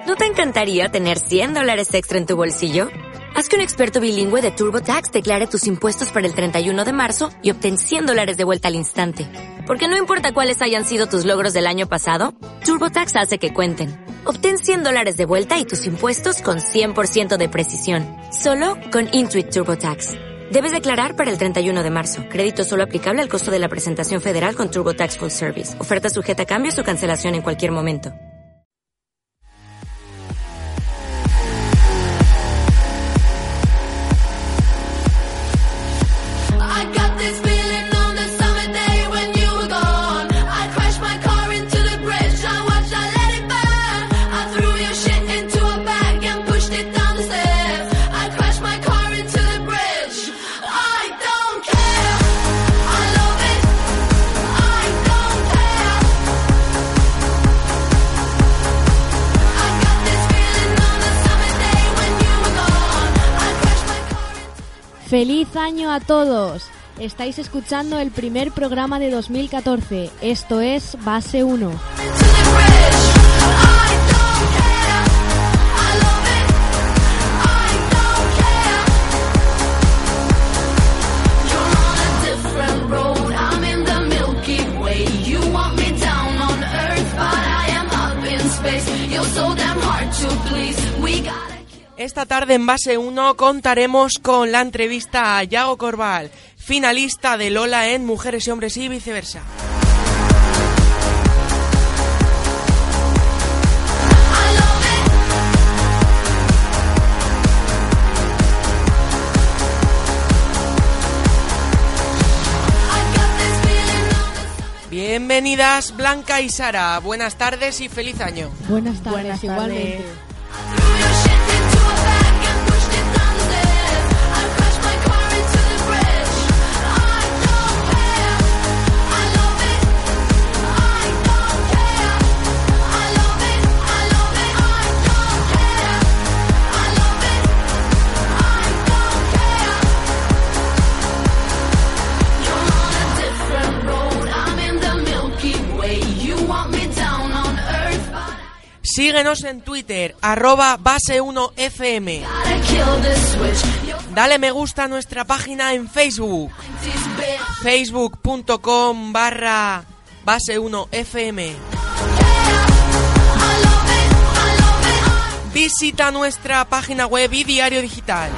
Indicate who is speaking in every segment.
Speaker 1: ¿No te encantaría tener $100 extra en tu bolsillo? Haz que un experto bilingüe de TurboTax declare tus impuestos para el 31 de marzo y obtén $100 de vuelta al instante. Porque no importa cuáles hayan sido tus logros del año pasado, TurboTax hace que cuenten. Obtén $100 de vuelta y tus impuestos con 100% de precisión. Solo con Intuit TurboTax. Debes declarar para el 31 de marzo. Crédito solo aplicable al costo de la presentación federal con TurboTax Full Service. Oferta sujeta a cambios o cancelación en cualquier momento.
Speaker 2: ¡Feliz año a todos! Estáis escuchando el primer programa de 2014. Esto es Base 1.
Speaker 3: Esta tarde en Base 1 contaremos con la entrevista a Yago Corbal, finalista de Lola en Mujeres y Hombres y viceversa. Bienvenidas Blanca y Sara, buenas tardes y feliz año.
Speaker 2: Buenas tardes, igualmente.
Speaker 3: Síguenos en Twitter, @base1fm. Dale me gusta a nuestra página en Facebook, facebook.com/base1fm. Visita nuestra página web y diario digital,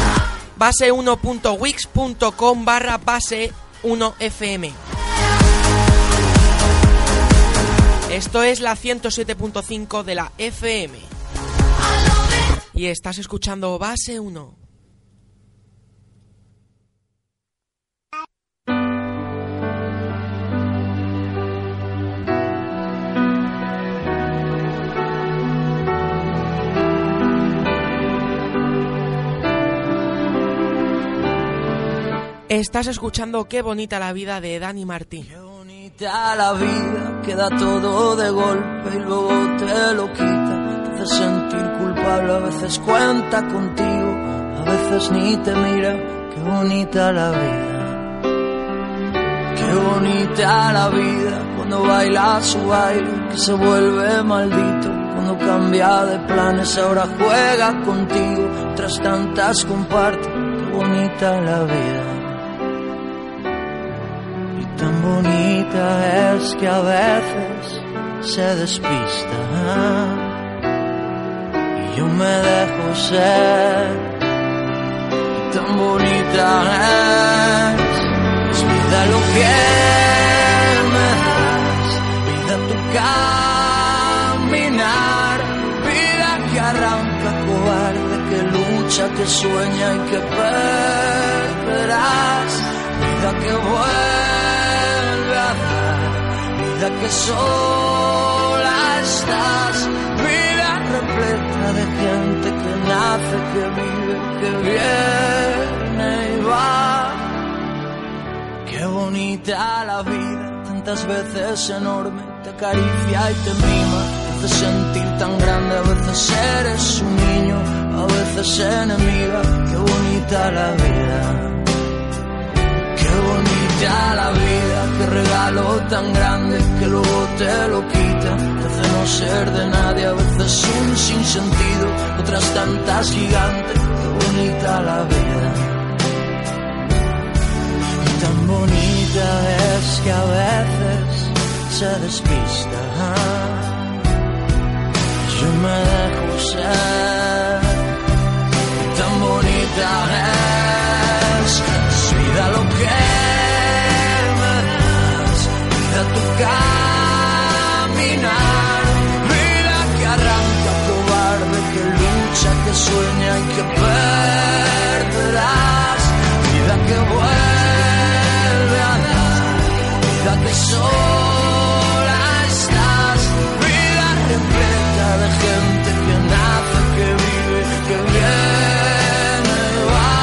Speaker 3: base1.wix.com/base1fm. Esto es la 107.5 de la FM. Y estás escuchando Base 1. Estás escuchando Qué bonita la vida de Dani Martín.
Speaker 4: La vida queda todo de golpe y luego te lo quita, te hace sentir culpable, a veces cuenta contigo, a veces ni te mira. Qué bonita la vida, qué bonita la vida, cuando baila su baile que se vuelve maldito, cuando cambia de planes ahora juega contigo, tras tantas comparte. Qué bonita la vida. Tan bonita es que a veces se despista y yo me dejo ser. Y tan bonita es vida lo que me das, vida tu caminar, vida que arranca cobarde, que lucha, que sueña y que perderás, vida que vuelve, vida que sola estás, vida repleta de gente que nace, que vive, que viene y va. Qué bonita la vida, tantas veces enorme, te acaricia y te mima, te hace sentir tan grande, a veces eres un niño, a veces enemiga. Qué bonita la vida. Qué bonita la vida, qué regalo tan grande que luego te lo quita, te hace no ser de nadie, a veces un sinsentido. sentido, otras tantas gigantes. Qué bonita la vida. Y tan bonita es que a veces se despista. Yo me dejo ser. Y tan bonita es vida lo que me das, vida tu caminar, vida que arranca, cobarde, que lucha, que sueña y que perderás, vida que vuelve a dar, vida que sola estás, vida repleta de gente que nace, que vive, que viene y va.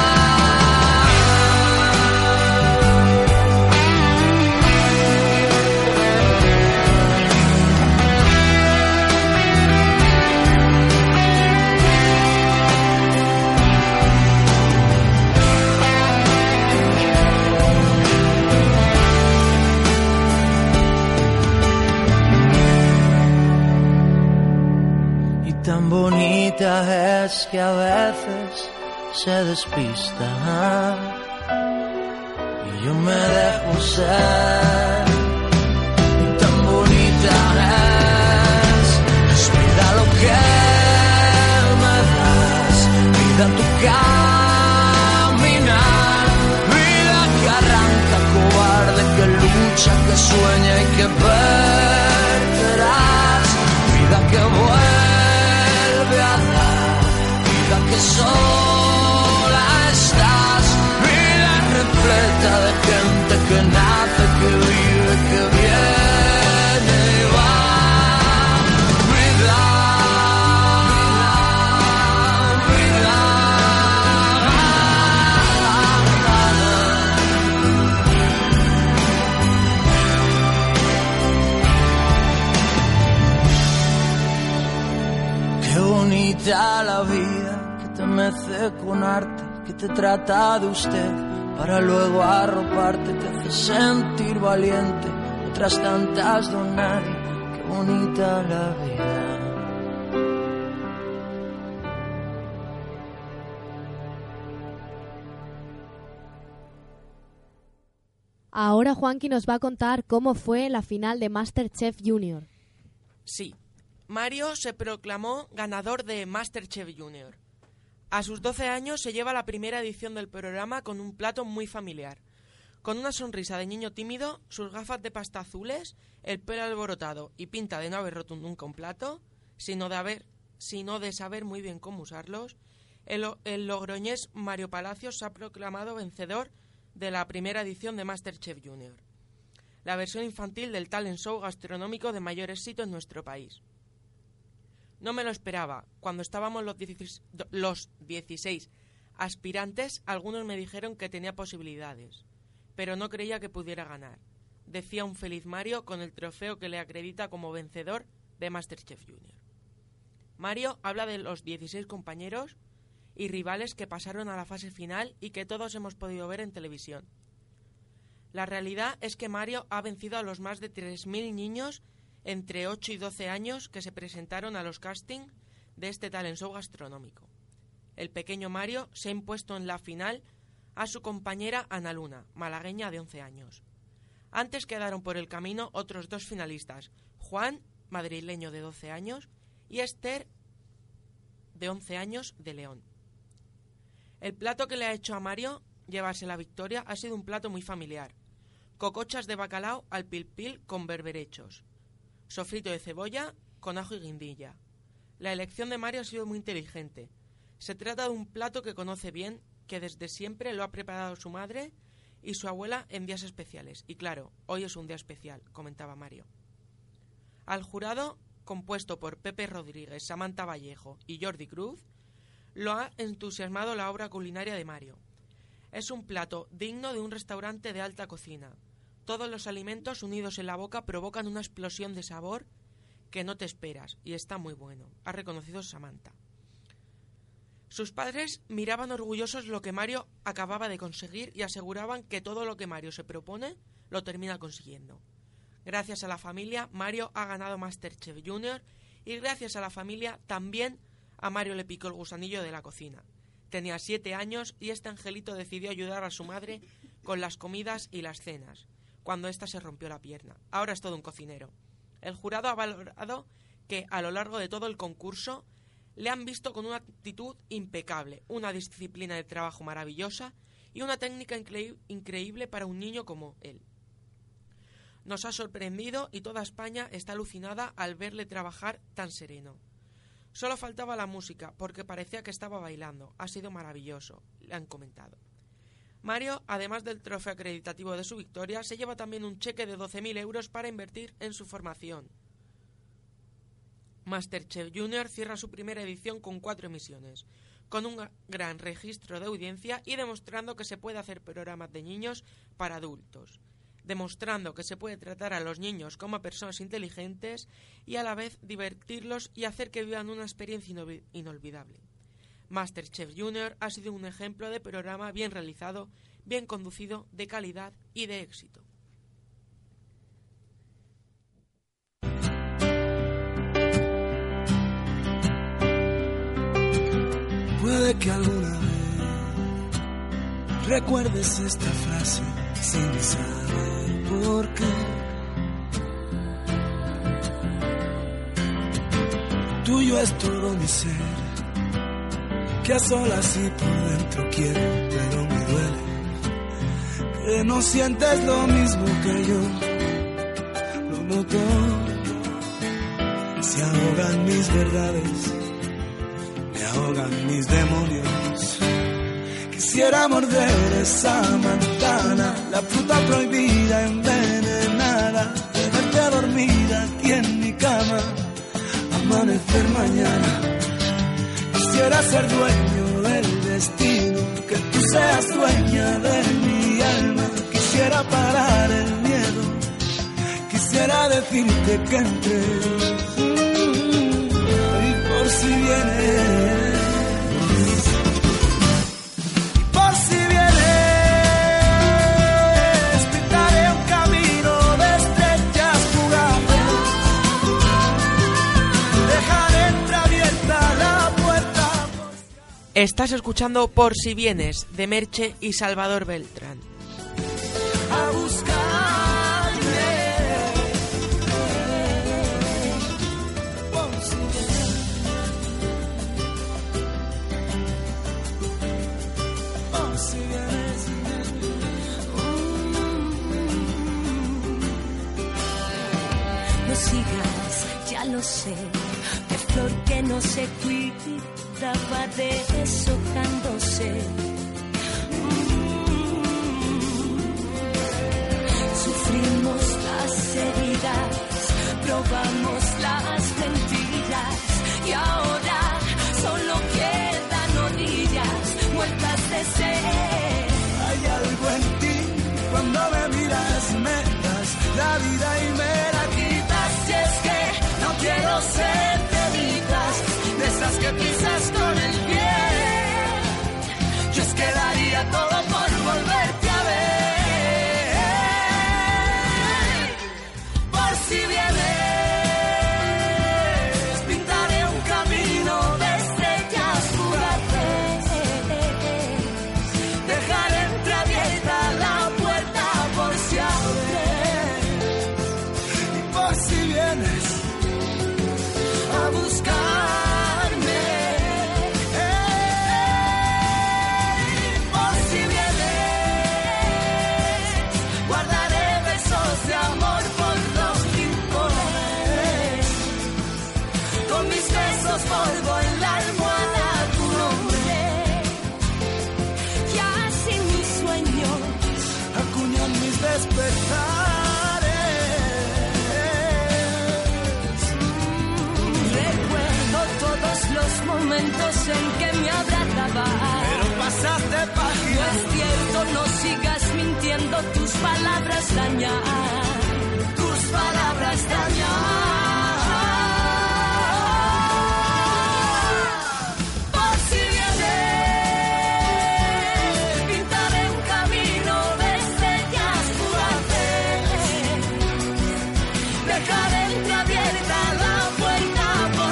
Speaker 4: Tan bonita es que a veces se despista y yo me dejo ser. Y tan bonita es vida lo que me das, vida tu caminar, vida que arranca, cobarde, que lucha, que sueña y que perderás, vida que vuelve a dar, vida que sola estás, vida repleta de gente que nace, que vive, que viene y va. Vida, qué bonita la vida, que te mece con arte, que te trata de usted, para luego arroparte, te hace sentir valiente, otras tantas don nadie, qué bonita la vida.
Speaker 2: Ahora Juanqui nos va a contar cómo fue la final de MasterChef Junior.
Speaker 3: Sí, Mario se proclamó ganador de MasterChef Junior. A sus 12 años se lleva la primera edición del programa con un plato muy familiar. Con una sonrisa de niño tímido, sus gafas de pasta azules, el pelo alborotado y pinta de no haber roto nunca un plato, sino de saber muy bien cómo usarlos, el logroñés Mario Palacios se ha proclamado vencedor de la primera edición de MasterChef Junior, la versión infantil del talent show gastronómico de mayor éxito en nuestro país. No me lo esperaba. Cuando estábamos los 16 aspirantes, algunos me dijeron que tenía posibilidades, pero no creía que pudiera ganar, decía un feliz Mario con el trofeo que le acredita como vencedor de MasterChef Junior. Mario habla de los 16 compañeros y rivales que pasaron a la fase final y que todos hemos podido ver en televisión. La realidad es que Mario ha vencido a los más de 3.000 niños entre 8 y 12 años que se presentaron a los castings de este talent show gastronómico. El pequeño Mario se ha impuesto en la final a su compañera Ana Luna, malagueña de 11 años. Antes quedaron por el camino otros dos finalistas, Juan, madrileño de 12 años, y Esther, de 11 años, de León. El plato que le ha hecho a Mario llevarse la victoria ha sido un plato muy familiar. Cocochas de bacalao al pil pil con berberechos. Sofrito de cebolla con ajo y guindilla. La elección de Mario ha sido muy inteligente. Se trata de un plato que conoce bien, que desde siempre lo ha preparado su madre y su abuela en días especiales. Y claro, hoy es un día especial, comentaba Mario. Al jurado, compuesto por Pepe Rodríguez, Samantha Vallejo y Jordi Cruz, lo ha entusiasmado la obra culinaria de Mario. Es un plato digno de un restaurante de alta cocina. Todos los alimentos unidos en la boca provocan una explosión de sabor que no te esperas, y está muy bueno, ha reconocido Samantha. Sus padres miraban orgullosos lo que Mario acababa de conseguir y aseguraban que todo lo que Mario se propone lo termina consiguiendo. Gracias a la familia, Mario ha ganado MasterChef Junior Y gracias a la familia, también a Mario le picó el gusanillo de la cocina. Tenía 7 años y este angelito decidió ayudar a su madre con las comidas y las cenas, cuando ésta se rompió la pierna. Ahora es todo un cocinero. El jurado ha valorado que a lo largo de todo el concurso le han visto con una actitud impecable, una disciplina de trabajo maravillosa y una técnica increíble para un niño como él. Nos ha sorprendido y toda España está alucinada al verle trabajar tan sereno. Solo faltaba la música, porque parecía que estaba bailando. Ha sido maravilloso, le han comentado. Mario, además del trofeo acreditativo de su victoria, se lleva también un cheque de 12.000 euros para invertir en su formación. MasterChef Junior cierra su primera edición con 4 emisiones, con un gran registro de audiencia y demostrando que se puede hacer programas de niños para adultos, demostrando que se puede tratar a los niños como a personas inteligentes y a la vez divertirlos y hacer que vivan una experiencia inolvidable. MasterChef Junior ha sido un ejemplo de programa bien realizado, bien conducido, de calidad y de éxito.
Speaker 5: Puede que alguna vez recuerdes esta frase sin saber por qué. Tuyo es todo mi ser, que a solas y por dentro quiero, pero me duele que no sientes lo mismo que yo. Lo noto, se ahogan mis verdades, me ahogan mis demonios. Quisiera morder esa manzana, la fruta prohibida envenenada, tenerte dormida aquí en mi cama, amanecer mañana. Quisiera ser dueño del destino, que tú seas dueña de mi alma. Quisiera parar el miedo, quisiera decirte que entres, y por si vienes.
Speaker 3: Estás escuchando Por si vienes, de Merche y Salvador Beltrán.
Speaker 5: A buscarme, por si vienes, por si vienes.
Speaker 6: No sigas, ya lo sé, de flor que no se cuida va deshojándose. Sufrimos las heridas, probamos las mentiras y ahora solo quedan orillas muertas de sed.
Speaker 5: Hay algo en ti, cuando me miras me das la vida y me la quitas. Y es que no quiero ser feliz, de esas que pisas con el pie. Yo es que daría todo por volverte a ver. Por si vienes, pintaré un camino de estrellas fugaces. Dejaré entreabierta la puerta por si abres. Y por si vienes a buscar. Polvo en la almohada tu nombre, ya sin mis sueños acuñan mis despertares. Recuerdo todos los momentos en que me abrazabas, pero pasaste página. No es cierto, no sigas mintiendo, tus palabras dañan, tus palabras dañan. Dejar entreabierta la puerta.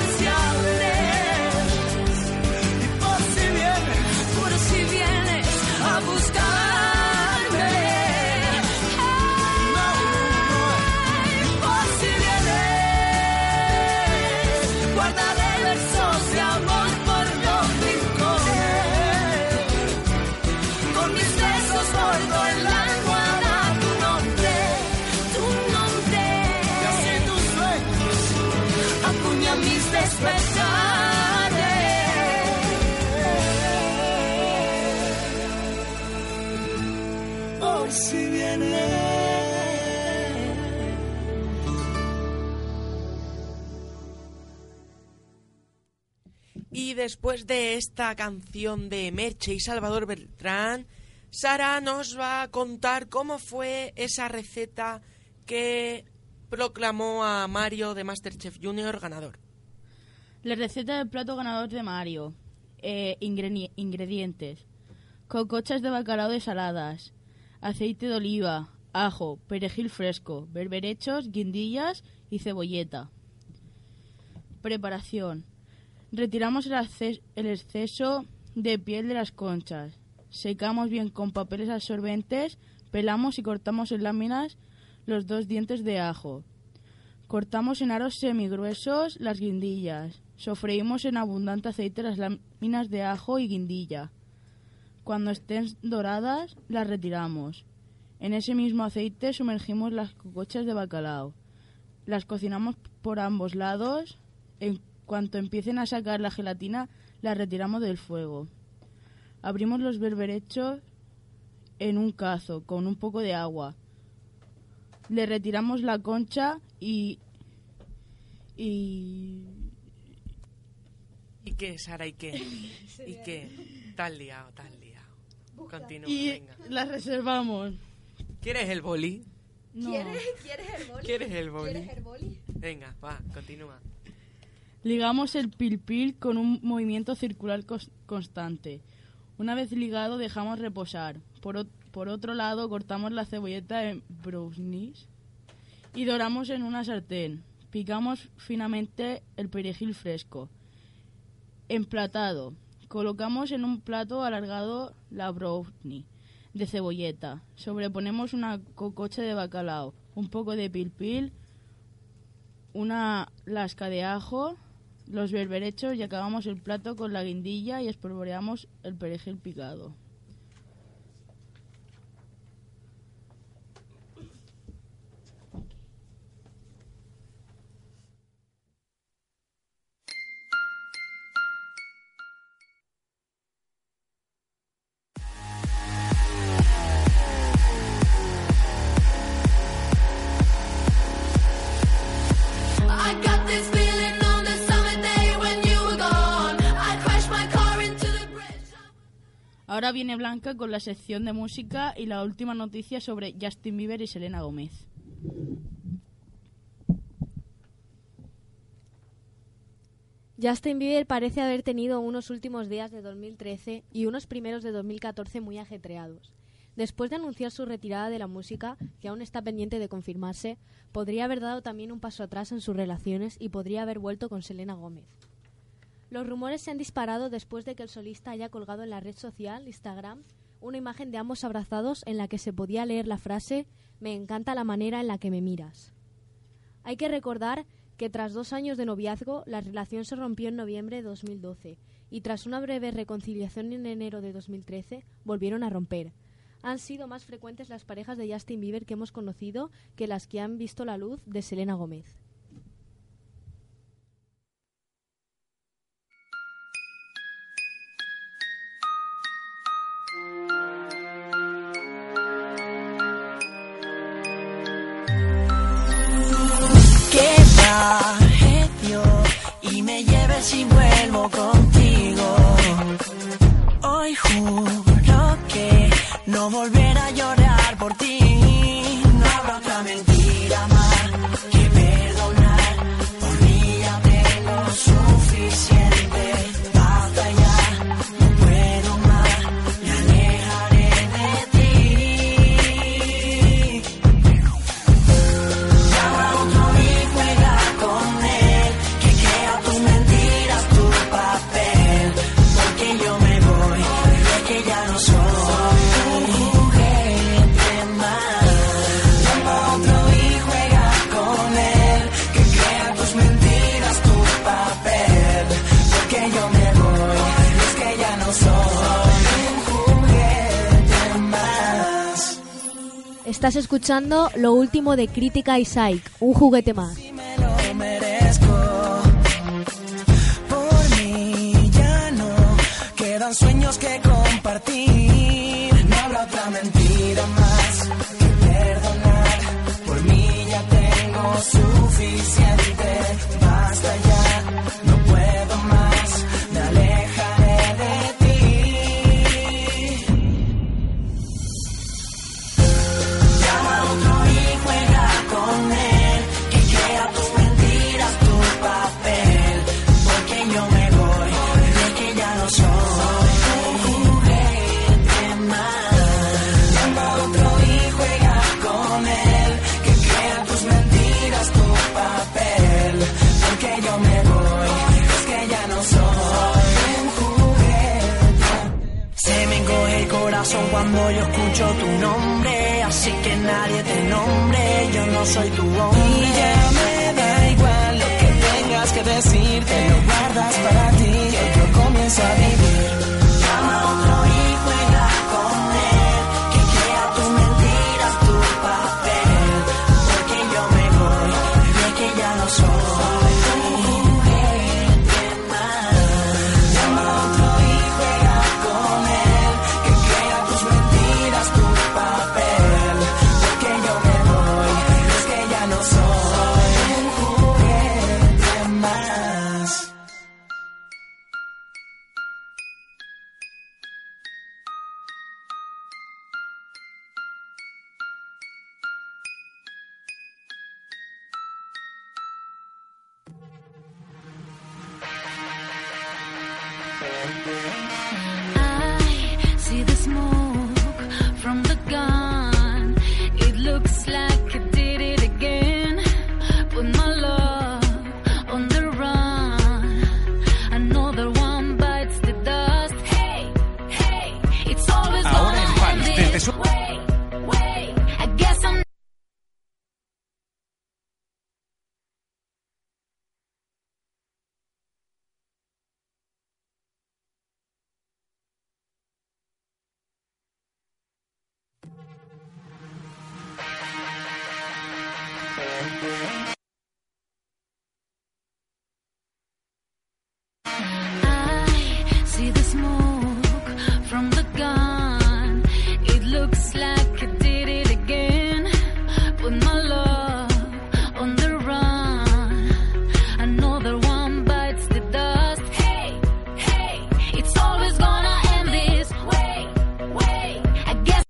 Speaker 6: despertaré.
Speaker 5: Hoy si viene.
Speaker 3: Y después de esta canción de Merche y Salvador Beltrán, Sara nos va a contar cómo fue esa receta que proclamó a Mario de MasterChef Junior ganador.
Speaker 7: La receta del plato ganador de Mario. Ingredientes: cocochas de bacalao desaladas, aceite de oliva, ajo, perejil fresco, berberechos, guindillas y cebolleta. Preparación: retiramos el exceso de piel de las conchas, secamos bien con papeles absorbentes, pelamos y cortamos en láminas los 2 dientes de ajo. Cortamos en aros semigruesos las guindillas. Sofreímos en abundante aceite las láminas de ajo y guindilla. Cuando estén doradas, las retiramos. En ese mismo aceite sumergimos las cocochas de bacalao. Las cocinamos por ambos lados. En cuanto empiecen a sacar la gelatina, las retiramos del fuego. Abrimos los berberechos en un cazo con un poco de agua. Le retiramos la concha ¿Y
Speaker 3: qué, Sara? ¿Y qué? ¿Y qué? Tal liado. Continúa, venga.
Speaker 7: las reservamos.
Speaker 3: ¿Quieres el boli?
Speaker 7: No.
Speaker 3: ¿Quieres el boli? Venga, va, continúa.
Speaker 7: Ligamos el pil-pil con un movimiento circular constante. Una vez ligado, dejamos reposar. Por otro lado, cortamos la cebolleta en brownies y doramos en una sartén. Picamos finamente el perejil fresco. Emplatado. Colocamos en un plato alargado la brownie de cebolleta. Sobreponemos una cococha de bacalao, un poco de pil-pil, una lasca de ajo, los berberechos y acabamos el plato con la guindilla y espolvoreamos el perejil picado. Ahora viene Blanca con la sección de música y la última noticia sobre Justin Bieber y Selena Gómez.
Speaker 2: Justin Bieber parece haber tenido unos últimos días de 2013 y unos primeros de 2014 muy ajetreados. Después de anunciar su retirada de la música, que aún está pendiente de confirmarse, podría haber dado también un paso atrás en sus relaciones y podría haber vuelto con Selena Gómez. Los rumores se han disparado después de que el solista haya colgado en la red social Instagram una imagen de ambos abrazados en la que se podía leer la frase «Me encanta la manera en la que me miras». Hay que recordar que tras 2 años de noviazgo, la relación se rompió en noviembre de 2012 y tras una breve reconciliación en enero de 2013 volvieron a romper. Han sido más frecuentes las parejas de Justin Bieber que hemos conocido que las que han visto la luz de Selena Gómez.
Speaker 4: Y me lleves y vuelvo contigo. Hoy juro que no volveré a llorar por ti. No habrá otra mentira más que perdonar. Por mí ya tengo suficiente. Basta ya, no puedo más. Me alejaré de ti. Llama a otro y juega con él. Que crea tus mentiras, tu papel. Porque yo me voy, pero que ya no soy un juguete más. Llama a otro y juega con él. Que crea tus mentiras, tu papel. Porque yo me voy, pero es que ya no soy un juguete más.
Speaker 2: Estás escuchando lo último de Crítica y Psych, un juguete más.
Speaker 4: Si me lo merezco.
Speaker 5: faltan sueños que compartir. No habrá otra mentira más que perdonar. Por mí ya tengo suficiente. Basta ya, no puedo más. Me alejaré de ti. Llama a otro y juega con él. Que crea tus mentiras, tu papel. Porque yo me voy, de que ya no soy un juguete más. Llama a otro y juega con él. Que crea tus mentiras, tu papel. Porque yo me voy, es que ya no soy un juguete. Se me encoge el corazón cuando yo escucho tu nombre. Así que nadie te nombre, yo no soy tu hombre. Y ya me da igual lo que tengas que decir. Te lo guardas para ti, yo comienzo a vivir. Llama a otro y juega con él. Que crea tus mentiras, tu papel. Porque yo me voy, de que ya no soy un juguete más. Llama a otro y juega con él. Que crea tus mentiras, tu papel. Porque yo me voy, es que ya no soy un juguete más.
Speaker 6: I see the smoke from the gun. It looks like I did it again. Put my love on the run. Another one bites the dust. Hey, hey, it's always
Speaker 8: Ahora
Speaker 6: gonna
Speaker 8: en Vals,
Speaker 6: end
Speaker 8: desde
Speaker 6: this
Speaker 8: su-
Speaker 6: way, way. I guess I'm I see the smoke from the gun. It looks like I did it again. Put my love on the run. Another one bites the dust. Hey, hey, it's always gonna end this way, way. I guess.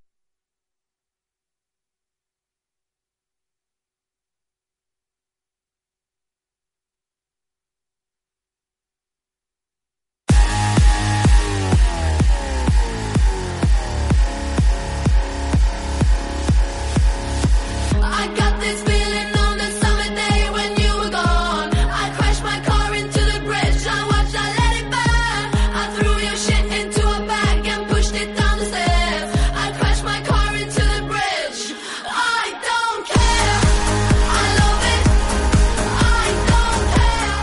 Speaker 6: I got this feeling on the summer day when you were gone. I crashed my car into the bridge. I watched, I let it burn. I threw your shit into a bag and pushed it down the stairs. I crashed my car into the bridge. I don't care. I love it. I don't care.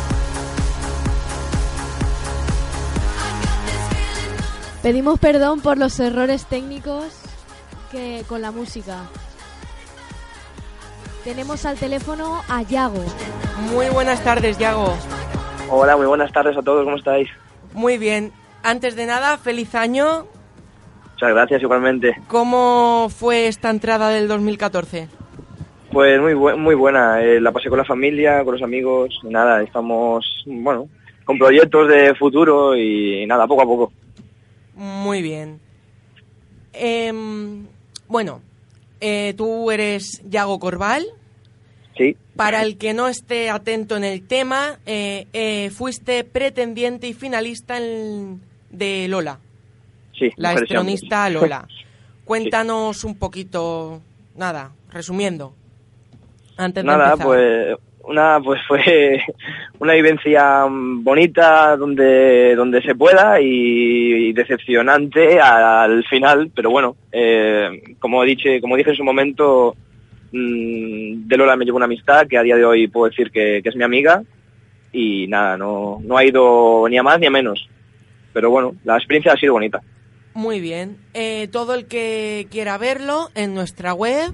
Speaker 6: I got this feeling on the
Speaker 2: Pedimos perdón por los errores técnicos que con la música. Tenemos al teléfono a Yago.
Speaker 3: Muy buenas tardes, Yago.
Speaker 9: Hola, muy buenas tardes a todos, ¿cómo estáis?
Speaker 3: Muy bien. Antes de nada, feliz año.
Speaker 9: Muchas gracias, igualmente.
Speaker 3: ¿Cómo fue esta entrada del 2014?
Speaker 9: Pues muy buena, la pasé con la familia, con los amigos, y nada, estamos, bueno, con proyectos de futuro y nada, poco a poco.
Speaker 3: Muy bien. Bueno, tú eres Yago Corbal.
Speaker 9: Sí.
Speaker 3: Para el que no esté atento en el tema, fuiste pretendiente y finalista de Lola.
Speaker 9: Sí.
Speaker 3: La
Speaker 9: Mujeres y Hombres.
Speaker 3: estronista Lola. Cuéntanos un poquito, nada, resumiendo. Antes de
Speaker 9: Nada,
Speaker 3: empezar.
Speaker 9: pues fue una vivencia bonita donde se pueda y decepcionante al final, pero bueno, como dije en su momento, de Lola me llevo una amistad que a día de hoy puedo decir que es mi amiga y nada, no ha ido ni a más ni a menos, pero bueno, la experiencia ha sido bonita.
Speaker 3: Muy bien. Todo el que quiera verlo en nuestra web,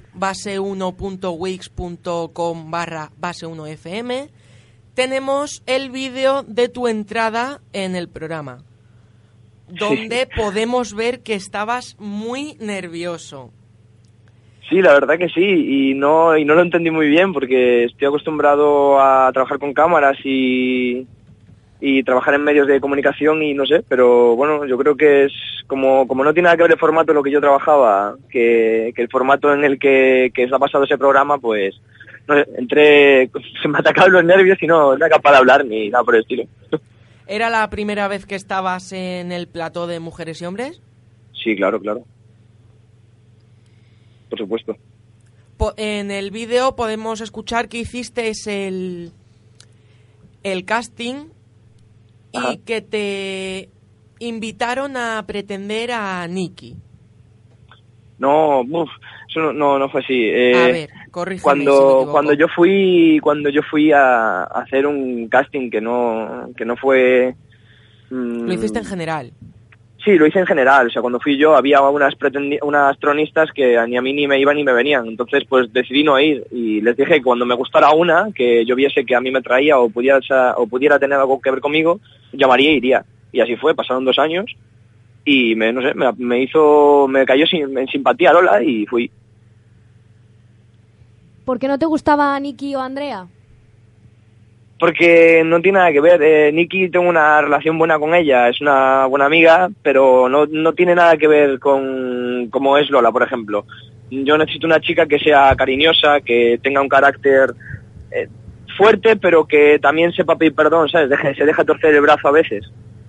Speaker 3: base1.wix.com/base1fm, tenemos el vídeo de tu entrada en el programa. donde podemos ver que estabas muy nervioso.
Speaker 9: Sí, la verdad que sí, y no lo entendí muy bien porque estoy acostumbrado a trabajar con cámaras y trabajar en medios de comunicación y no sé, pero bueno, yo creo que es como no tiene nada que ver el formato en lo que yo trabajaba, que el formato en el que se ha pasado ese programa, pues no sé, se me atacaban los nervios y no era capaz de hablar ni nada por el estilo.
Speaker 3: ¿Era la primera vez que estabas en el plató de Mujeres y Hombres?
Speaker 9: Sí, claro. Por supuesto.
Speaker 3: En el vídeo podemos escuchar que hiciste el casting.
Speaker 9: Ajá.
Speaker 3: Y que te invitaron a pretender a Nicky.
Speaker 9: No, eso no fue así.
Speaker 3: A ver, corrígeme si me equivoco.
Speaker 9: Cuando yo fui a hacer un casting que no fue.
Speaker 3: Lo hiciste en general.
Speaker 9: Sí, lo hice en general. O sea, cuando fui yo había unas tronistas que ni a mí ni me iban ni me venían. Entonces, pues decidí no ir y les dije que cuando me gustara una, que yo viese que a mí me traía o pudiera tener algo que ver conmigo, llamaría e iría. Y así fue. Pasaron 2 años y me cayó en simpatía Lola y fui.
Speaker 2: ¿Por qué no te gustaba Nicky o Andrea?
Speaker 9: Porque no tiene nada que ver. Nicky, tengo una relación buena con ella, es una buena amiga, pero no tiene nada que ver con cómo es Lola, por ejemplo. Yo necesito una chica que sea cariñosa, que tenga un carácter fuerte, pero que también sepa pedir perdón, ¿sabes? Se deja torcer el brazo a veces.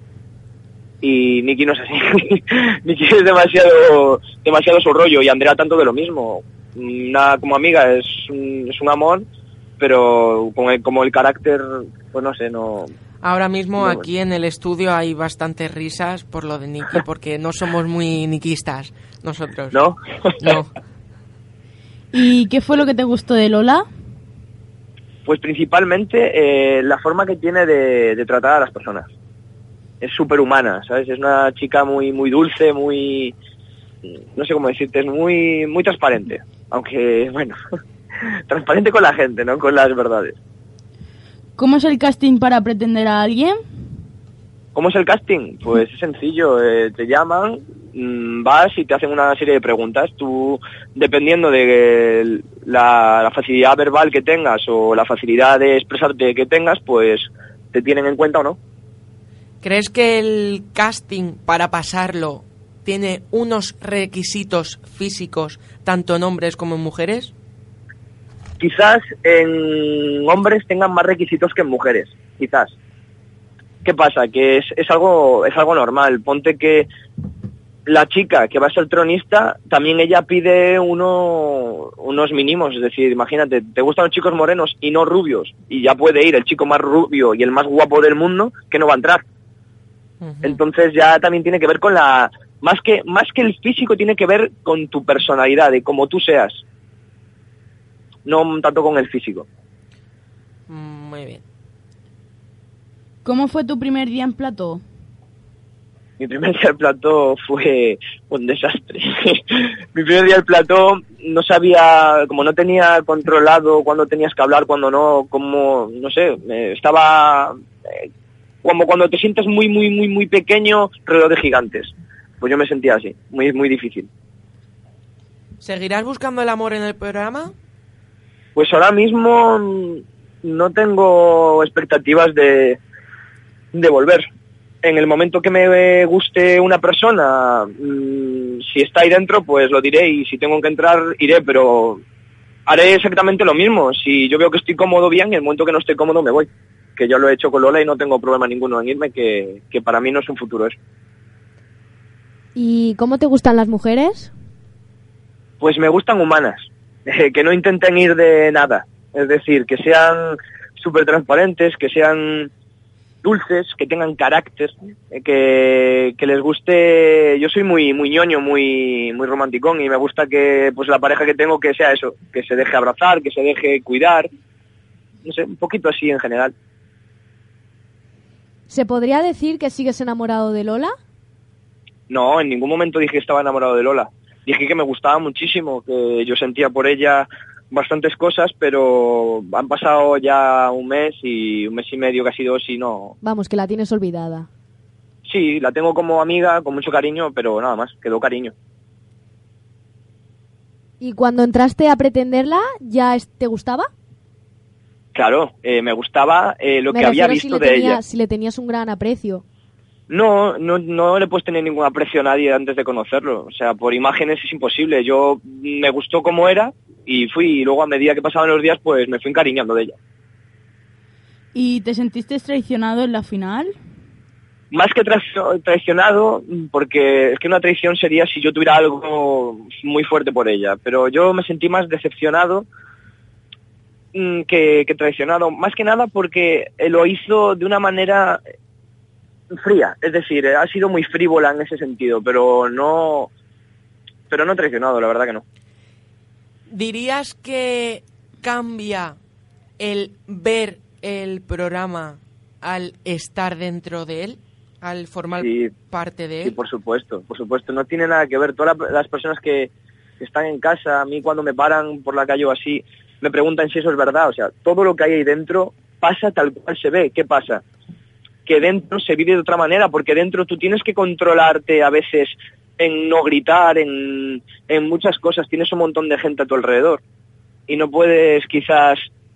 Speaker 9: Y Nicky no es así. Nicky es demasiado su rollo, y Andrea tanto de lo mismo. Como amiga es un amor, pero como el carácter, pues no sé, no...
Speaker 3: Ahora mismo
Speaker 9: no,
Speaker 3: aquí en el estudio hay bastantes risas por lo de Nicky, porque no somos muy niquistas nosotros.
Speaker 9: ¿No?
Speaker 3: No.
Speaker 7: ¿Y qué fue lo que te gustó de Lola?
Speaker 9: Pues principalmente la forma que tiene de tratar a las personas. Es súper humana, ¿sabes? Es una chica muy muy dulce, muy... no sé cómo decirte, es muy muy transparente. Aunque, bueno... transparente con la gente, no con las verdades.
Speaker 7: ¿Cómo es el casting para pretender a alguien?
Speaker 9: ¿Cómo es el casting? Pues es sencillo, te llaman, vas y te hacen una serie de preguntas. Tú, dependiendo de la facilidad verbal que tengas o la facilidad de expresarte que tengas, pues te tienen en cuenta o no.
Speaker 3: ¿Crees que el casting para pasarlo tiene unos requisitos físicos tanto en hombres como en mujeres?
Speaker 9: Quizás en hombres tengan más requisitos que en mujeres, quizás. ¿Qué pasa? Que es algo normal. Ponte que la chica que va a ser tronista, también ella pide unos mínimos. Es decir, imagínate, te gustan los chicos morenos y no rubios, y ya puede ir el chico más rubio y el más guapo del mundo, que no va a entrar. Uh-huh. Entonces ya también tiene que ver con más que el físico, tiene que ver con tu personalidad, de cómo tú seas. No tanto con el físico.
Speaker 3: Muy bien.
Speaker 7: ¿Cómo fue tu primer día en plató?
Speaker 9: Mi primer día en plató fue un desastre. Mi primer día en plató no sabía, como no tenía controlado cuándo tenías que hablar, cuándo no, como, no sé, estaba como cuando te sientes muy, muy, muy, muy pequeño, rodeado de gigantes. Pues yo me sentía así, muy, muy difícil.
Speaker 3: ¿Seguirás buscando el amor en el programa?
Speaker 9: Pues ahora mismo no tengo expectativas de volver. En el momento que me guste una persona, si está ahí dentro, pues lo diré, y si tengo que entrar, iré, pero haré exactamente lo mismo. Si yo veo que estoy cómodo, bien, y en el momento que no estoy cómodo, me voy. Que yo lo he hecho con Lola y no tengo problema ninguno en irme, que para mí no es un futuro eso.
Speaker 2: ¿Y cómo te gustan las mujeres?
Speaker 9: Pues me gustan humanas. Que no intenten ir de nada, es decir, que sean súper transparentes, que sean dulces, que tengan carácter, que les guste. Yo soy muy muy ñoño, muy muy romanticón, y me gusta que pues la pareja que tengo que sea eso, que se deje abrazar, que se deje cuidar, no sé, un poquito así en general.
Speaker 2: ¿Se podría decir que sigues enamorado de Lola?
Speaker 9: No, en ningún momento dije que estaba enamorado de Lola. Dije que me gustaba muchísimo, que yo sentía por ella bastantes cosas, pero han pasado ya un mes y medio, casi 2, y no...
Speaker 2: Vamos, que la tienes olvidada.
Speaker 9: sí, la tengo como amiga, con mucho cariño, pero nada más, quedó cariño.
Speaker 2: ¿Y cuando entraste a pretenderla, ya te gustaba?
Speaker 9: Claro, me gustaba lo que había visto de ella.
Speaker 2: Si le tenías un gran aprecio.
Speaker 9: No le puedes tener ningún aprecio a nadie antes de conocerlo. O sea, por imágenes es imposible. Yo me gustó cómo era y fui. Y luego a medida que pasaban los días, pues me fui encariñando de ella.
Speaker 7: ¿Y te sentiste traicionado en la final?
Speaker 9: Más que traicionado, porque es que una traición sería si yo tuviera algo muy fuerte por ella. Pero yo me sentí más decepcionado que traicionado. Más que nada porque lo hizo de una manera fría, es decir, ha sido muy frívola en ese sentido, pero no traicionado, la verdad que no.
Speaker 3: ¿Dirías que cambia el ver el programa al estar dentro de él, al formar parte de él?
Speaker 9: Sí, por supuesto, no tiene nada que ver. Todas las personas que están en casa, a mí cuando me paran por la calle o así, me preguntan si eso es verdad, o sea, todo lo que hay ahí dentro pasa tal cual se ve. ¿Qué pasa? Que dentro se vive de otra manera, porque dentro tú tienes que controlarte a veces en no gritar, en muchas cosas, tienes un montón de gente a tu alrededor y no puedes quizás...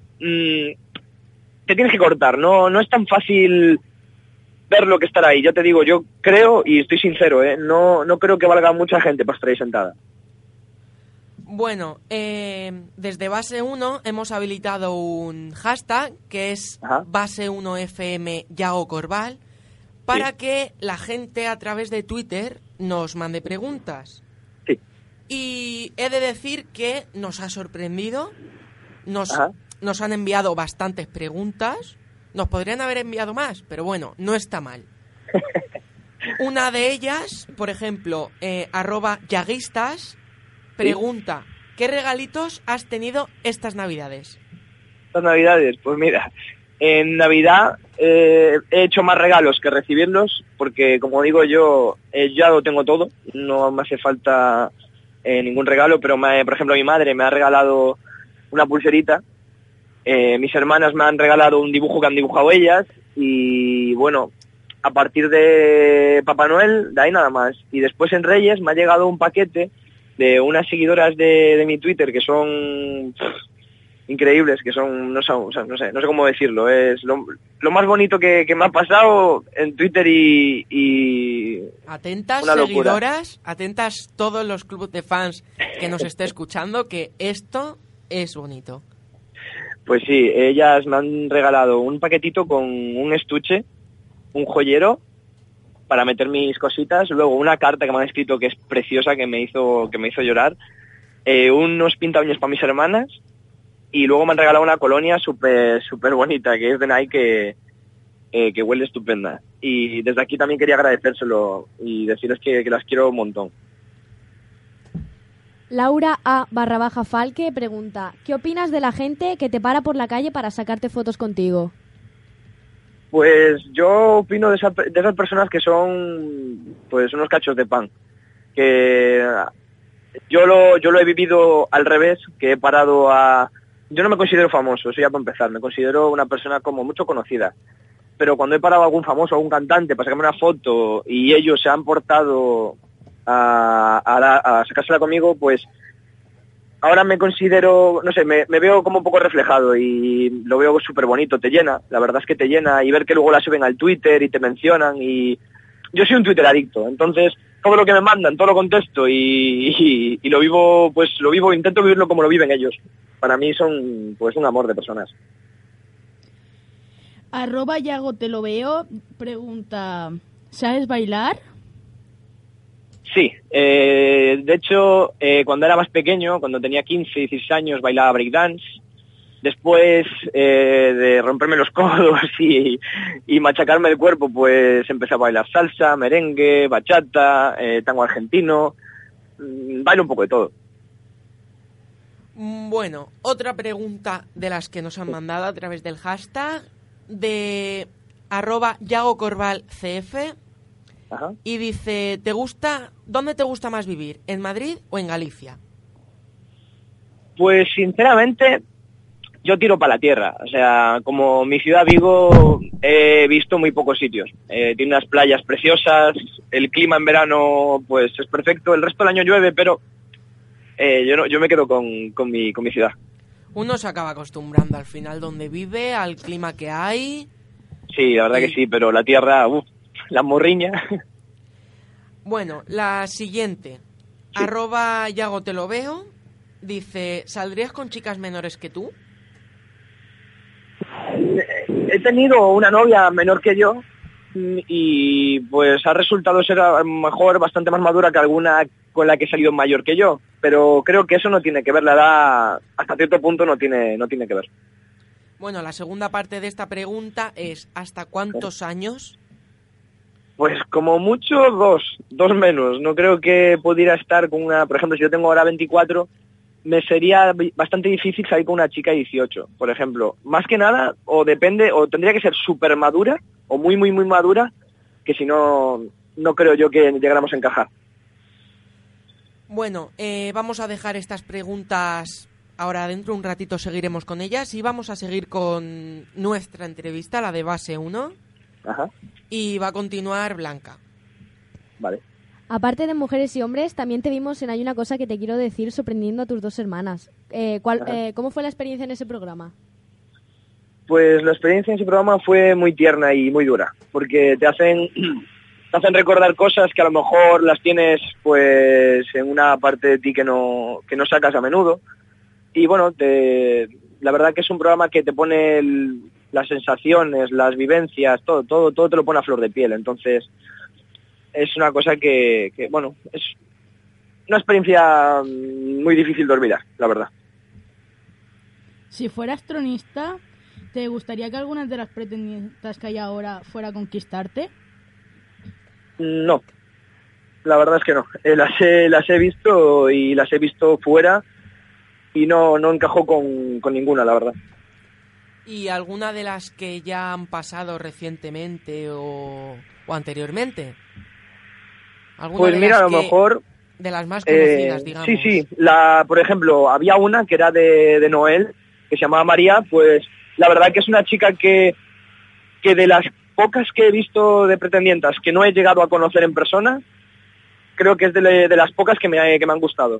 Speaker 9: te tienes que cortar, no es tan fácil ver lo que estar ahí. Ya te digo, yo creo, y estoy sincero, no creo que valga mucha gente para estar ahí sentada.
Speaker 3: Bueno, desde Base 1 hemos habilitado un hashtag que es Base 1 FM Yago Corbal para que la gente a través de Twitter nos mande preguntas.
Speaker 9: Sí.
Speaker 3: Y he de decir que nos ha sorprendido, nos han enviado bastantes preguntas, nos podrían haber enviado más, pero bueno, no está mal. Una de ellas, por ejemplo, @yaguistas, pregunta, ¿qué regalitos has tenido estas Navidades?
Speaker 9: Estas Navidades, pues mira, en Navidad he hecho más regalos que recibirlos, porque como digo yo, ya lo tengo todo, no me hace falta ningún regalo, pero por ejemplo mi madre me ha regalado una pulserita, mis hermanas me han regalado un dibujo que han dibujado ellas, y bueno, a partir de Papá Noel, de ahí nada más. Y después en Reyes me ha llegado un paquete de unas seguidoras de mi Twitter que son increíbles, que son, no sé cómo decirlo, es lo más bonito que me ha pasado en Twitter y
Speaker 3: atentas
Speaker 9: una locura.
Speaker 3: Seguidoras, atentas todos los clubes de fans que nos esté escuchando, que esto es bonito.
Speaker 9: Pues sí, ellas me han regalado un paquetito con un estuche, un joyero para meter mis cositas, luego una carta que me han escrito que es preciosa, que me hizo llorar, unos pintauños para mis hermanas, y luego me han regalado una colonia súper bonita, que es de Nike, que huele estupenda. Y desde aquí también quería agradecérselo y decirles que las quiero un montón.
Speaker 2: Laura A_Falque pregunta, ¿qué opinas de la gente que te para por la calle para sacarte fotos contigo?
Speaker 9: Pues yo opino de esas personas que son pues unos cachos de pan, que yo lo he vivido al revés, que he parado yo no me considero famoso, eso ya para empezar, me considero una persona como mucho conocida, pero cuando he parado a algún famoso, a algún cantante para sacarme una foto y ellos se han portado a sacársela conmigo, pues ahora me considero, no sé, me veo como un poco reflejado y lo veo súper bonito, te llena, la verdad es que te llena, y ver que luego la suben al Twitter y te mencionan, y yo soy un Twitter adicto, entonces todo lo que me mandan, todo lo contesto y lo vivo, intento vivirlo como lo viven ellos. Para mí son pues un amor de personas.
Speaker 7: @Yago te lo veo pregunta, ¿sabes bailar?
Speaker 9: Sí, de hecho, cuando era más pequeño, cuando tenía 15, 16 años, bailaba breakdance. Después de romperme los codos y machacarme el cuerpo, pues empecé a bailar salsa, merengue, bachata, tango argentino. Bailo un poco de todo.
Speaker 3: Bueno, otra pregunta de las que nos han mandado a través del hashtag de @YagoCorbalCF.
Speaker 9: Ajá.
Speaker 3: Y dice, ¿dónde te gusta más vivir? ¿En Madrid o en Galicia?
Speaker 9: Pues sinceramente, yo tiro para la tierra. O sea, como mi ciudad Vigo he visto muy pocos sitios. Tiene unas playas preciosas, el clima en verano pues es perfecto, el resto del año llueve, pero yo me quedo con mi ciudad.
Speaker 3: Uno se acaba acostumbrando al final donde vive, al clima que hay.
Speaker 9: Sí, la verdad que sí, pero la tierra, la morriña.
Speaker 3: Bueno, la siguiente.
Speaker 9: Sí.
Speaker 3: @Yago te lo veo. Dice, ¿saldrías con chicas menores que tú?
Speaker 9: He tenido una novia menor que yo y pues ha resultado ser a lo mejor bastante más madura que alguna con la que he salido mayor que yo, pero creo que eso no tiene que ver, la edad hasta cierto punto no tiene que ver.
Speaker 3: Bueno, la segunda parte de esta pregunta es, ¿hasta cuántos años?
Speaker 9: Pues como mucho dos menos, no creo que pudiera estar con una, por ejemplo, si yo tengo ahora 24, me sería bastante difícil salir con una chica de 18, por ejemplo. Más que nada, o depende, o tendría que ser súper madura, o muy, muy, muy madura, que si no, no creo yo que llegáramos a encajar.
Speaker 3: Bueno, vamos a dejar estas preguntas ahora, dentro de un ratito seguiremos con ellas y vamos a seguir con nuestra entrevista, la de base 1.
Speaker 9: Ajá.
Speaker 3: Y va a continuar Blanca.
Speaker 9: Vale.
Speaker 2: Aparte de mujeres y hombres, también te vimos en Hay una cosa que te quiero decir, sorprendiendo a tus dos hermanas. ¿Cómo fue la experiencia en ese programa?
Speaker 9: Pues la experiencia en ese programa fue muy tierna y muy dura, porque te hacen recordar cosas que a lo mejor las tienes pues en una parte de ti que no sacas a menudo. Y bueno, la verdad que es un programa que te pone las sensaciones, las vivencias, todo te lo pone a flor de piel. Entonces es una cosa que bueno, es una experiencia muy difícil de olvidar, la verdad.
Speaker 7: Si fueras tronista, ¿te gustaría que algunas de las pretendientes que hay ahora fuera a conquistarte?
Speaker 9: No, la verdad es que no. Las he visto y las he visto fuera y no encajó con ninguna, la verdad.
Speaker 3: ¿Y alguna de las que ya han pasado recientemente o anteriormente?
Speaker 9: Pues mira, a lo mejor...
Speaker 3: De las más conocidas, digamos.
Speaker 9: Sí. Por ejemplo, había una que era de Noel, que se llamaba María, pues la verdad que es una chica que de las pocas que he visto de pretendientas que no he llegado a conocer en persona, creo que es de las pocas que me han gustado.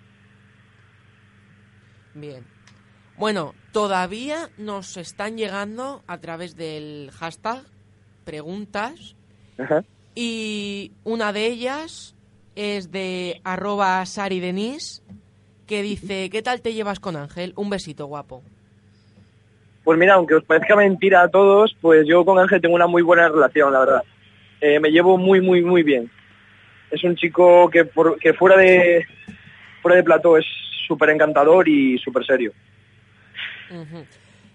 Speaker 3: Bien. Bueno, todavía nos están llegando a través del hashtag preguntas.
Speaker 9: Ajá.
Speaker 3: Y una de ellas es de @SariDenis, que dice, ¿qué tal te llevas con Ángel? Un besito, guapo.
Speaker 9: Pues mira, aunque os parezca mentira a todos, pues yo con Ángel tengo una muy buena relación, la verdad. Me llevo muy, muy, muy bien. Es un chico que fuera de plató es súper encantador y súper serio.
Speaker 3: Uh-huh.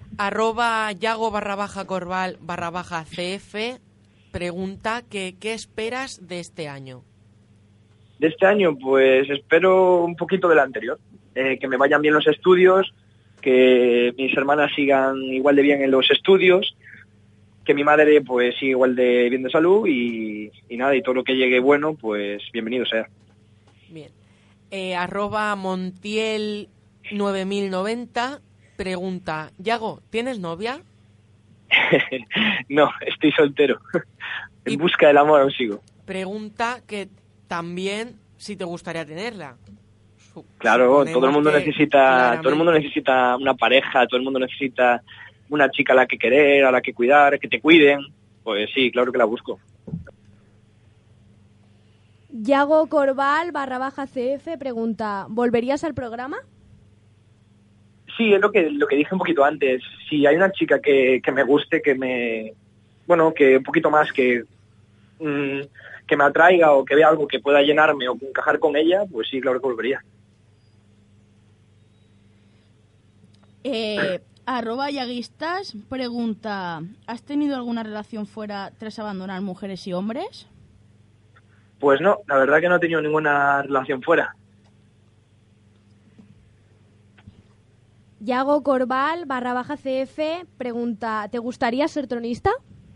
Speaker 3: @Yago_Corbal_CF pregunta que ¿qué esperas de este año?
Speaker 9: De este año, pues espero un poquito del anterior. Que me vayan bien los estudios, que mis hermanas sigan igual de bien en los estudios, que mi madre pues siga igual de bien de salud y nada, y todo lo que llegue bueno, pues bienvenido sea.
Speaker 3: Bien. @Montiel9090 pregunta, Yago, ¿tienes novia?
Speaker 9: No, estoy soltero. En busca del amor aún sigo.
Speaker 3: Pregunta que también si te gustaría tenerla.
Speaker 9: Claro, todo el mundo necesita una pareja, todo el mundo necesita una chica a la que querer, a la que cuidar, que te cuiden. Pues sí, claro que la busco.
Speaker 2: Yago Corbal _CF pregunta, ¿volverías al programa?
Speaker 9: Sí, es lo que dije un poquito antes. Si hay una chica que me guste, que un poquito más que me atraiga o que vea algo que pueda llenarme o encajar con ella, pues sí, claro que volvería.
Speaker 7: @Yaguistas pregunta, ¿has tenido alguna relación fuera tras abandonar mujeres y hombres?
Speaker 9: Pues no, la verdad que no he tenido ninguna relación fuera.
Speaker 2: Yago Corbal _CF pregunta, ¿te gustaría ser tronista?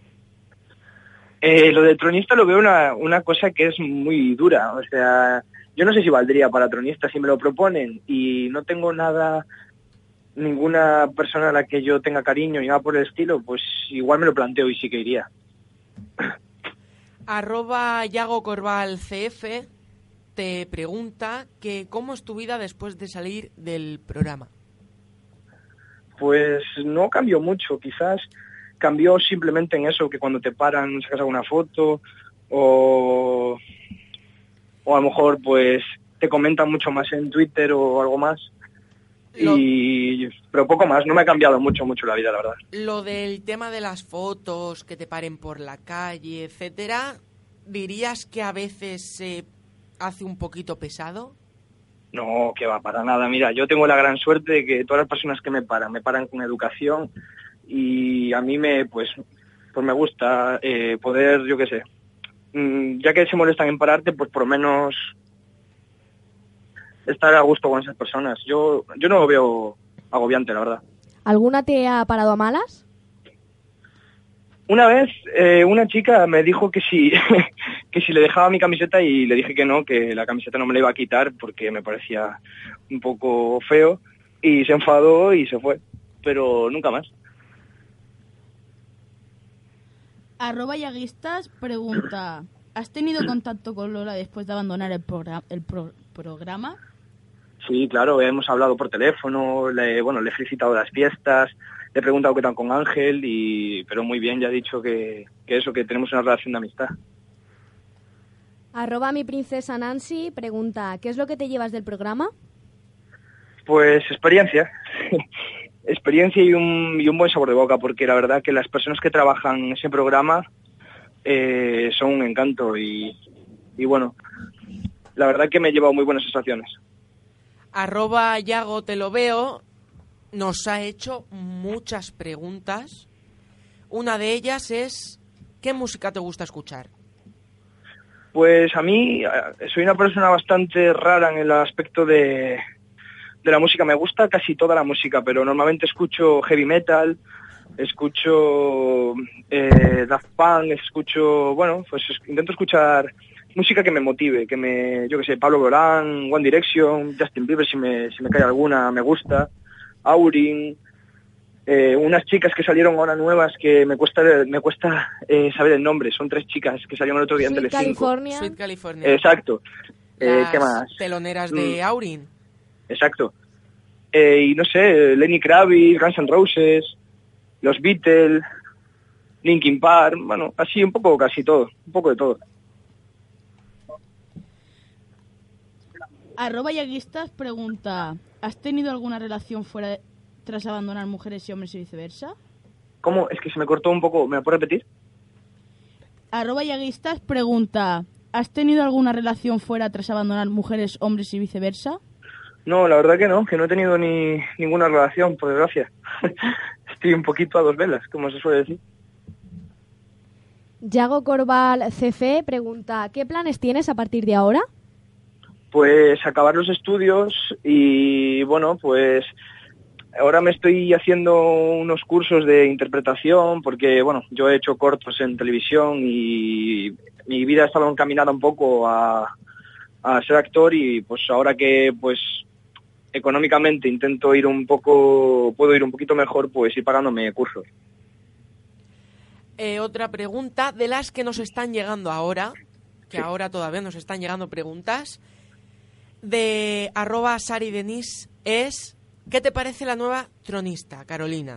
Speaker 9: Lo del tronista lo veo una cosa que es muy dura. O sea, yo no sé si valdría para tronista si me lo proponen y no tengo nada ninguna persona a la que yo tenga cariño ni nada por el estilo, pues igual me lo planteo y sí que iría.
Speaker 3: @YagoCorbalCF te pregunta que cómo es tu vida después de salir del programa.
Speaker 9: Pues no cambió mucho, quizás cambió simplemente en eso, que cuando te paran sacas alguna foto o a lo mejor pues te comentan mucho más en Twitter o algo más. Pero poco más, no me ha cambiado mucho la vida, la verdad.
Speaker 3: Lo del tema de las fotos, que te paren por la calle, etcétera, ¿dirías que a veces se hace un poquito pesado?
Speaker 9: No, que va, para nada. Mira, yo tengo la gran suerte de que todas las personas que me paran con educación, y a mí me gusta poder, yo qué sé, ya que se molestan en pararte, pues por lo menos estar a gusto con esas personas. Yo no lo veo agobiante, la verdad.
Speaker 2: ¿Alguna te ha parado a malas?
Speaker 9: Una vez una chica me dijo que si que si le dejaba mi camiseta, y le dije que no, que la camiseta no me la iba a quitar porque me parecía un poco feo, y se enfadó y se fue, pero nunca más.
Speaker 7: @Yaguistas pregunta: ¿has tenido contacto con Lola después de abandonar el programa?
Speaker 9: Sí, claro, hemos hablado por teléfono, le he felicitado las fiestas, le he preguntado qué tal con Ángel, pero muy bien, ya ha dicho que tenemos una relación de amistad.
Speaker 2: @mi princesa Nancy pregunta: ¿qué es lo que te llevas del programa?
Speaker 9: Pues experiencia, experiencia y un buen sabor de boca, porque la verdad que las personas que trabajan en ese programa son un encanto y bueno, la verdad que me he llevado muy buenas sensaciones.
Speaker 3: @Yago te lo veo nos ha hecho muchas preguntas. Una de ellas es: ¿qué música te gusta escuchar?
Speaker 9: Pues a mí soy una persona bastante rara en el aspecto de la música. Me gusta casi toda la música, pero normalmente escucho heavy metal, escucho Daft Punk, intento escuchar música que me motive, yo que sé, Pablo Alborán, One Direction, Justin Bieber, si me cae alguna, me gusta, Aurin, unas chicas que salieron ahora nuevas que me cuesta saber el nombre, son 3 chicas que salieron el otro día en Telecinco.
Speaker 3: Sweet California.
Speaker 9: Exacto.
Speaker 3: Las
Speaker 9: ¿Qué más?
Speaker 3: teloneras de Aurin.
Speaker 9: Exacto. Y no sé, Lenny Kravitz, Guns N' Roses, los Beatles, Linkin Park, bueno, así un poco casi todo, un poco de todo.
Speaker 7: @Yaguistas pregunta: ¿has tenido alguna relación fuera tras abandonar mujeres y hombres y viceversa?
Speaker 9: ¿Cómo? Es que se me cortó un poco, ¿me la puedes repetir?
Speaker 7: @Yaguistas pregunta: ¿has tenido alguna relación fuera tras abandonar mujeres, hombres y viceversa?
Speaker 9: No, la verdad que no he tenido ninguna relación, por desgracia. Estoy un poquito a dos velas, como se suele decir.
Speaker 2: Yago Corbal CF pregunta: ¿qué planes tienes a partir de ahora?
Speaker 9: Pues acabar los estudios y bueno, pues ahora me estoy haciendo unos cursos de interpretación porque bueno, yo he hecho cortos en televisión y mi vida ha estado encaminada un poco a ser actor, y pues ahora que pues económicamente puedo ir un poquito mejor, pues ir pagándome cursos.
Speaker 3: Otra pregunta de las que nos están llegando ahora, que sí. Ahora todavía nos están llegando preguntas, de @SariDenis es: ¿qué te parece la nueva tronista, Carolina?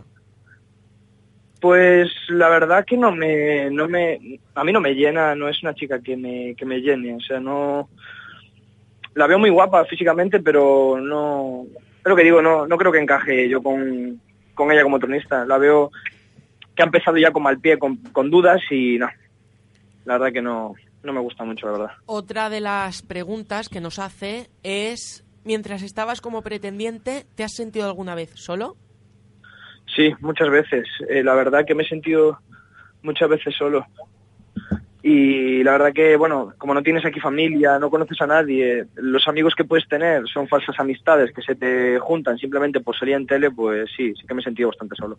Speaker 9: Pues la verdad que a mí no me llena, no es una chica que me llene, o sea, no, la veo muy guapa físicamente, pero no, es lo que digo, no creo que encaje yo con ella como tronista. La veo que ha empezado ya con mal pie, con dudas, y no, la verdad que no me gusta mucho, la verdad.
Speaker 3: Otra de las preguntas que nos hace es: mientras estabas como pretendiente, ¿te has sentido alguna vez solo?
Speaker 9: Sí, muchas veces. La verdad que me he sentido muchas veces solo. Y la verdad que, bueno, como no tienes aquí familia, no conoces a nadie, los amigos que puedes tener son falsas amistades que se te juntan simplemente por salir en tele, pues sí que me he sentido bastante solo.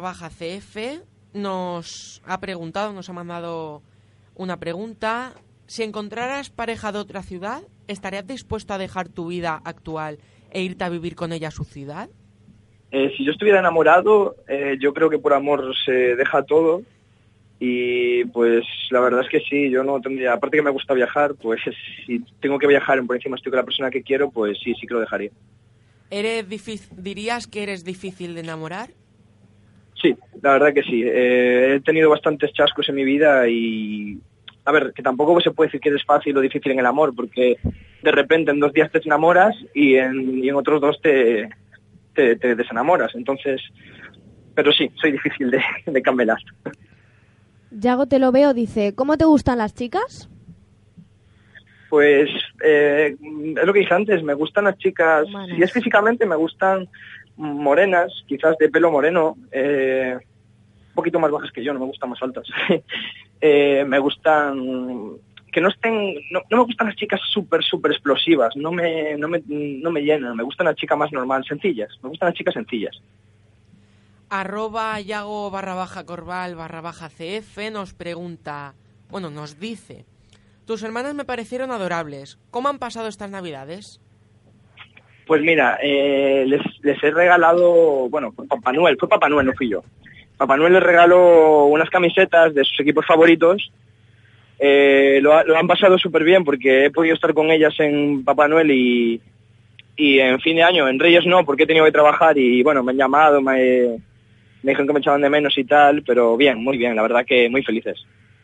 Speaker 3: @YagoCorbal_CF nos ha mandado una pregunta. Si encontraras pareja de otra ciudad, ¿estarías dispuesto a dejar tu vida actual e irte a vivir con ella a su ciudad?
Speaker 9: Si yo estuviera enamorado, yo creo que por amor se deja todo. Y pues la verdad es que sí, yo no tendría, aparte que me gusta viajar, pues si tengo que viajar y por encima estoy con la persona que quiero, pues sí que lo dejaría.
Speaker 3: ¿Dirías que eres difícil de enamorar?
Speaker 9: Sí, la verdad que sí. He tenido bastantes chascos en mi vida y, a ver, que tampoco se puede decir que es fácil o difícil en el amor, porque de repente en 2 días te enamoras y en otros 2 te desenamoras. Entonces, pero sí, soy difícil de camelar.
Speaker 2: Yago Te Lo Veo dice, ¿cómo te gustan las chicas?
Speaker 9: Pues es lo que dije antes, me gustan las chicas,
Speaker 2: Humanas.
Speaker 9: si es físicamente me gustan morenas, quizás de pelo moreno, un poquito más bajas que yo, no me gustan más altas. Me gustan, que no estén, no me gustan las chicas súper explosivas, no me llenan, me gustan las chicas más normal, sencillas, me gustan las chicas sencillas.
Speaker 3: @Yago_Corbal_CF nos pregunta, nos dice, tus hermanas me parecieron adorables. ¿Cómo han pasado estas Navidades?
Speaker 9: Pues mira, les he regalado, fue Papá Noel, no fui yo. Papá Noel les regaló unas camisetas de sus equipos favoritos. Lo han pasado súper bien porque he podido estar con ellas en Papá Noel y en fin de año, en Reyes no, porque he tenido que trabajar y me han llamado, me dijeron que me echaban de menos y tal, pero bien, muy bien, la verdad que muy felices.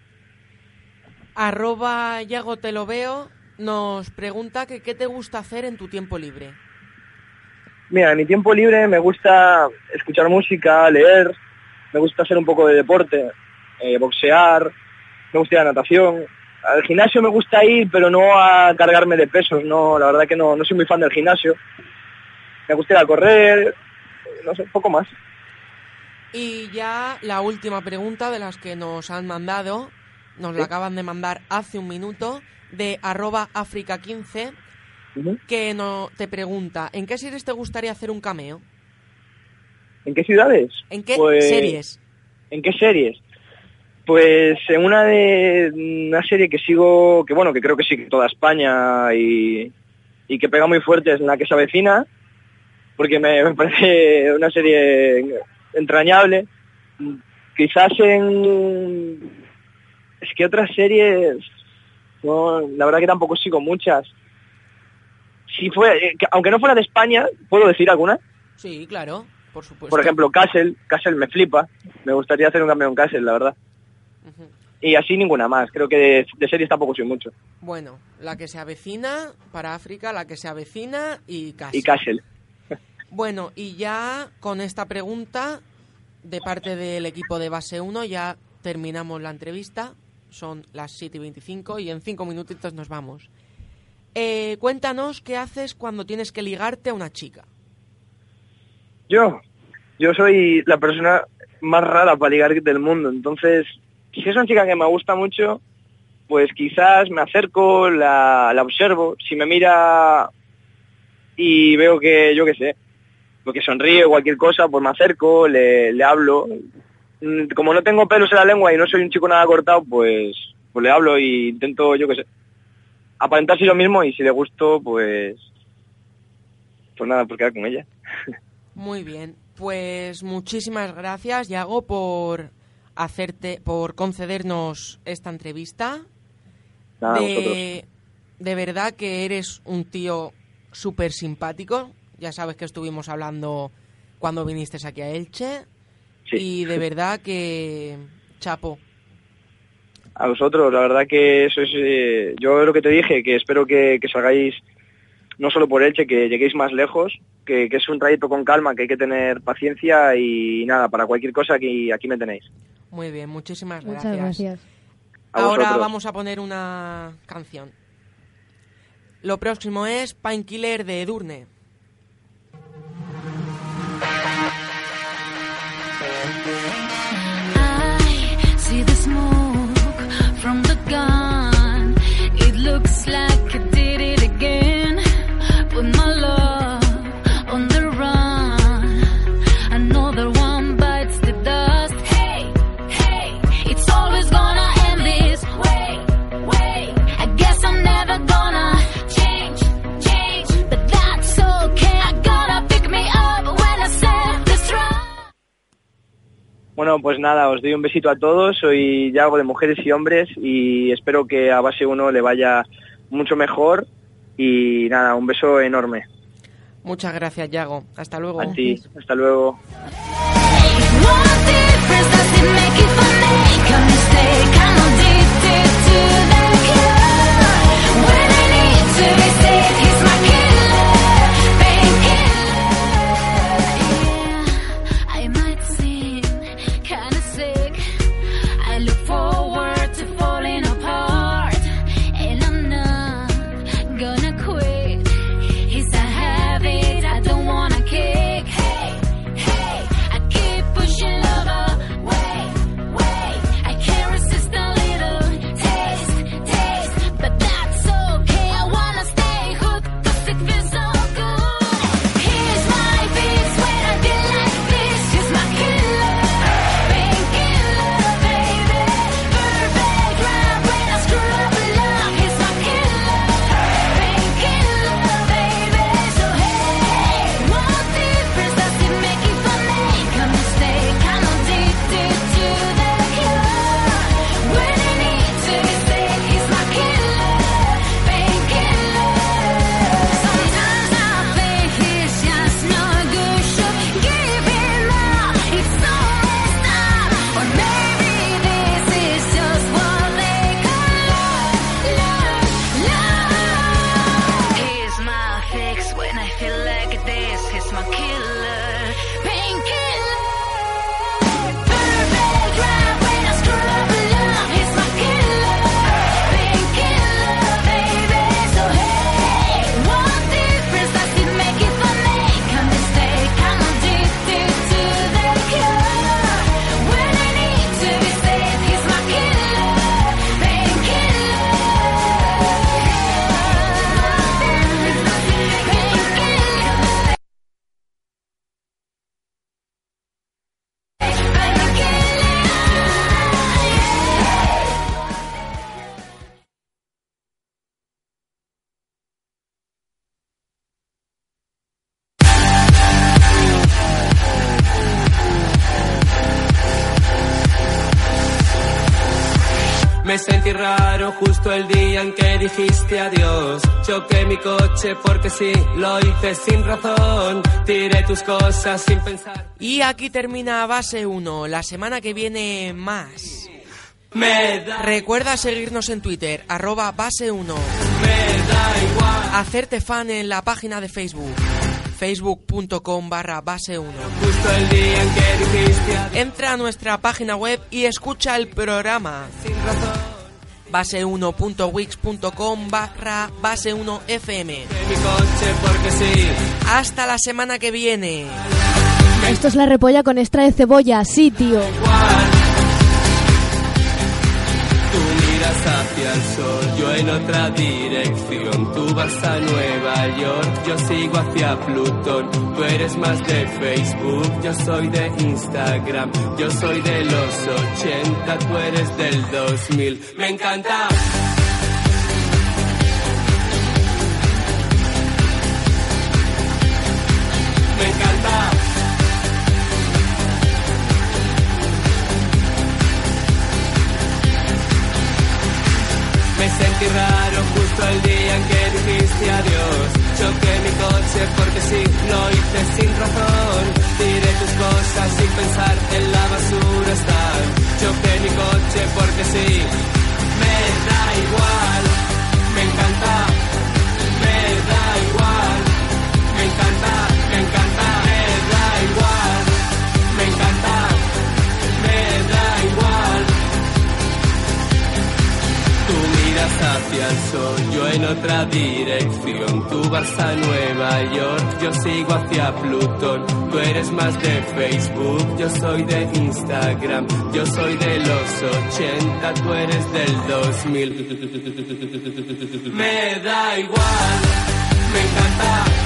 Speaker 3: @Yago Te Lo Veo nos pregunta que qué te gusta hacer en tu tiempo libre.
Speaker 9: Mira, en mi tiempo libre me gusta escuchar música, leer, me gusta hacer un poco de deporte, boxear, me gusta ir a natación. Al gimnasio me gusta ir, pero no a cargarme de pesos, no, la verdad que no soy muy fan del gimnasio. Me gusta ir a correr, no sé, un poco más.
Speaker 3: Y ya la última pregunta de las que nos han mandado, nos la acaban de mandar hace un minuto, de @Africa15, que te pregunta, ¿en qué series te gustaría hacer un cameo?
Speaker 9: ¿En qué ciudades?
Speaker 3: ¿En qué series?
Speaker 9: ¿En qué series? Pues en una serie que sigo, que creo que sigue toda España y que pega muy fuerte, es La que se avecina, porque me parece una serie entrañable. Quizás es que otras series, no, la verdad que tampoco sigo muchas. Aunque no fuera de España, ¿puedo decir alguna?
Speaker 3: Sí, claro, por supuesto.
Speaker 9: Por ejemplo, Castle me flipa, me gustaría hacer un cameo en Castle, la verdad. Y así ninguna más, creo que de series tampoco soy mucho.
Speaker 3: Bueno, La que se avecina para África, La que se avecina y Castle.
Speaker 9: Y Castle.
Speaker 3: Bueno, y ya con esta pregunta de parte del equipo de Base 1 ya terminamos la entrevista. Son las 7:25 y en 5 minutitos nos vamos. Cuéntanos qué haces cuando tienes que ligarte a una chica.
Speaker 9: Yo soy la persona más rara para ligar del mundo, entonces si es una chica que me gusta mucho, pues quizás me acerco, la observo, si me mira y veo que, yo qué sé, porque sonríe o cualquier cosa, pues me acerco, le hablo. Como no tengo pelos en la lengua y no soy un chico nada cortado, pues le hablo e intento, yo qué sé, aparentarse yo mismo y si le gusto, pues nada, pues quedar con ella.
Speaker 3: Muy bien, pues muchísimas gracias, Yago, por concedernos esta entrevista.
Speaker 9: Nada,
Speaker 3: de verdad que eres un tío súper simpático. Ya sabes que estuvimos hablando cuando viniste aquí a Elche. Sí. Y de verdad que chapo.
Speaker 9: A vosotros, la verdad que eso es... yo lo que te dije, que espero que salgáis no solo por Elche, que lleguéis más lejos, que es un trayecto con calma, que hay que tener paciencia y nada, para cualquier cosa aquí me tenéis.
Speaker 3: Muy bien, muchísimas
Speaker 2: gracias.
Speaker 3: Muchas
Speaker 2: gracias.
Speaker 3: Ahora vamos a poner una canción. Lo próximo es Painkiller de Edurne.
Speaker 6: I see the smoke from the gun. It looks like I did it again. Put my love on the run. Another one bites the dust. Hey, hey, it's always gonna end this way, way. I
Speaker 9: Pues nada, os doy un besito a todos, soy Yago de Mujeres y Hombres y espero que a Base 1 le vaya mucho mejor y nada, un beso enorme.
Speaker 3: Muchas gracias, Yago. Hasta luego.
Speaker 9: A ti, hasta luego.
Speaker 8: Me sentí raro justo el día en que dijiste adiós. Choqué mi coche porque sí, lo hice sin razón. Tiré tus cosas sin pensar.
Speaker 3: Y aquí termina Base 1. La semana que viene más. Recuerda seguirnos en Twitter, @base1.
Speaker 8: Me da igual.
Speaker 3: Hacerte fan en la página de Facebook, facebook.com/base1.
Speaker 8: Justo el día en que dijiste adiós.
Speaker 3: Entra a nuestra página web y escucha el programa.
Speaker 8: Sin razón.
Speaker 3: base1.wix.com/base1fm.
Speaker 8: Mi coche porque sí.
Speaker 3: Hasta la semana que viene.
Speaker 2: Esto es La Repolla con extra de cebolla, sí, tío.
Speaker 8: Tú miras hacia el sol, yo en otra dirección. Tú vas a Nueva York, yo sigo hacia Plutón. Tú eres más de Facebook, yo soy de Instagram. Yo soy de los 80, tú eres del 2000. Me encanta. Me encanta. Me sentí raro justo el día en que dijiste adiós. Choqué mi coche porque sí, lo hice sin razón. Tiré tus cosas sin pensar, en la basura están. Choqué mi coche porque sí, me da igual. Me encanta, me da igual. Me encanta, me encanta, me da igual. Me encanta, me da igual. Tú miras hacia el sol, yo en otra dirección. Tú vas a Nueva York, yo sigo hacia Plutón. Tú eres más de Facebook, yo soy de Instagram. Yo soy de los 80, tú eres del 2000. Me da igual, me encanta.